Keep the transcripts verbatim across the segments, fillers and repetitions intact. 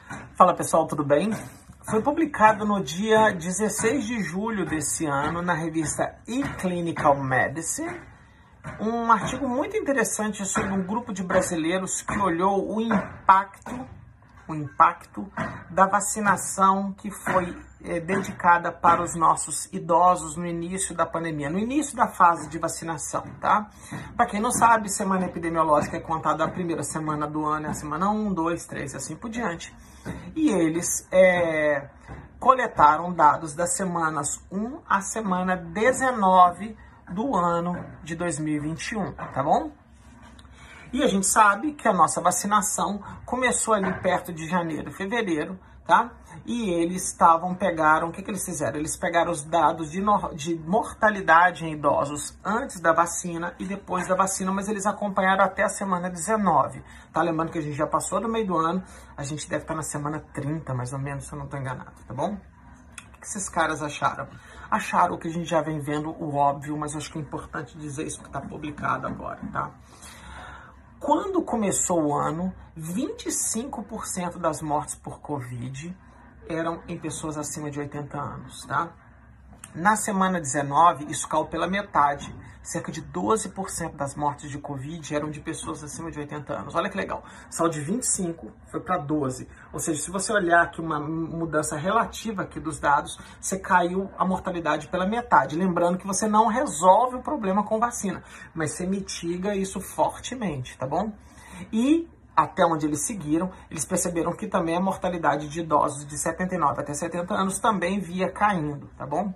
Fala pessoal, tudo bem? Foi publicado no dia dezesseis de julho desse ano na revista eClinical Medicine um artigo muito interessante sobre um grupo de brasileiros que olhou o impacto, o impacto da vacinação que foi é, dedicada para os nossos idosos no início da pandemia, no início da fase de vacinação, tá? Para quem não sabe, semana epidemiológica é contada a primeira semana do ano, é a semana um, dois, três e assim por diante. E eles é, coletaram dados das semanas um à semana dezenove do ano de dois mil e vinte e um, tá bom? E a gente sabe que a nossa vacinação começou ali perto de janeiro, fevereiro, tá? E eles estavam, pegaram, o que que eles fizeram? Eles pegaram os dados de, no, de mortalidade em idosos antes da vacina e depois da vacina, mas eles acompanharam até a semana dezenove, tá? Lembrando que a gente já passou do meio do ano, a gente deve estar na semana trinta, mais ou menos, se eu não estou enganado, tá bom? O que esses caras acharam? Acharam que a gente já vem vendo o óbvio, mas eu acho que é importante dizer isso porque está publicado agora, tá? Quando começou o ano, vinte e cinco por cento das mortes por Covid eram em pessoas acima de oitenta anos, tá? Na semana dezenove, isso caiu pela metade. Cerca de doze por cento das mortes de Covid eram de pessoas acima de oitenta anos. Olha que legal. Saiu de vinte e cinco, foi para doze. Ou seja, se você olhar aqui uma mudança relativa aqui dos dados, você caiu a mortalidade pela metade. Lembrando que você não resolve o problema com vacina, mas você mitiga isso fortemente, tá bom? E até onde eles seguiram, eles perceberam que também a mortalidade de idosos de setenta e nove até setenta anos também via caindo, tá bom?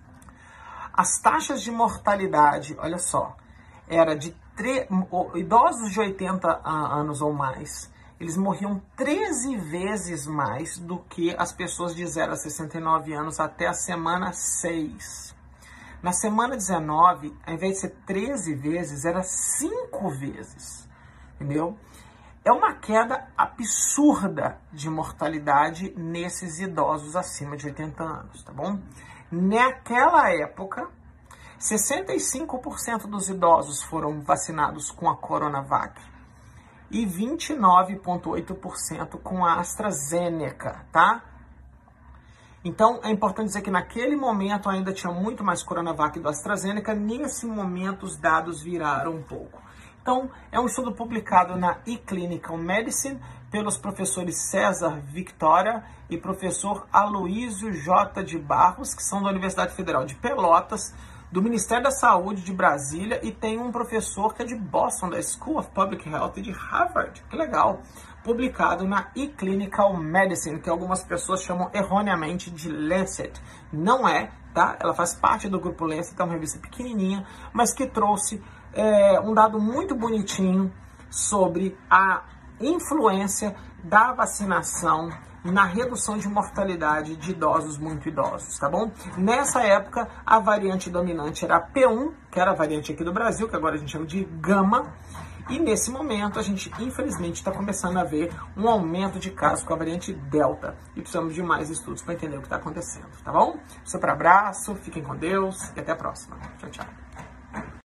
As taxas de mortalidade, olha só, era de tre... idosos de oitenta anos ou mais, eles morriam treze vezes mais do que as pessoas de zero a sessenta e nove anos até a semana seis. Na semana dezenove, ao invés de ser treze vezes, era cinco vezes, entendeu? É uma queda absurda de mortalidade nesses idosos acima de oitenta anos, tá bom? Naquela época, sessenta e cinco por cento dos idosos foram vacinados com a Coronavac e vinte e nove vírgula oito por cento com a AstraZeneca, tá? Então, é importante dizer que naquele momento ainda tinha muito mais Coronavac do AstraZeneca, nesse momento os dados viraram um pouco. Então, é um estudo publicado na eClinical Medicine pelos professores César Victoria e professor Aloísio J. de Barros, que são da Universidade Federal de Pelotas, do Ministério da Saúde de Brasília, e tem um professor que é de Boston, da School of Public Health e de Harvard. Que legal! Publicado na eClinical Medicine, que algumas pessoas chamam erroneamente de Lancet. Não é, tá? Ela faz parte do grupo Lancet, é uma revista pequenininha, mas que trouxe é, um dado muito bonitinho sobre a influência da vacinação na redução de mortalidade de idosos muito idosos, tá bom? Nessa época, a variante dominante era a P um, que era a variante aqui do Brasil, que agora a gente chama de Gama, e nesse momento a gente, infelizmente, está começando a ver um aumento de casos com a variante Delta, e precisamos de mais estudos para entender o que está acontecendo, tá bom? Super abraço, fiquem com Deus e até a próxima. Tchau, tchau.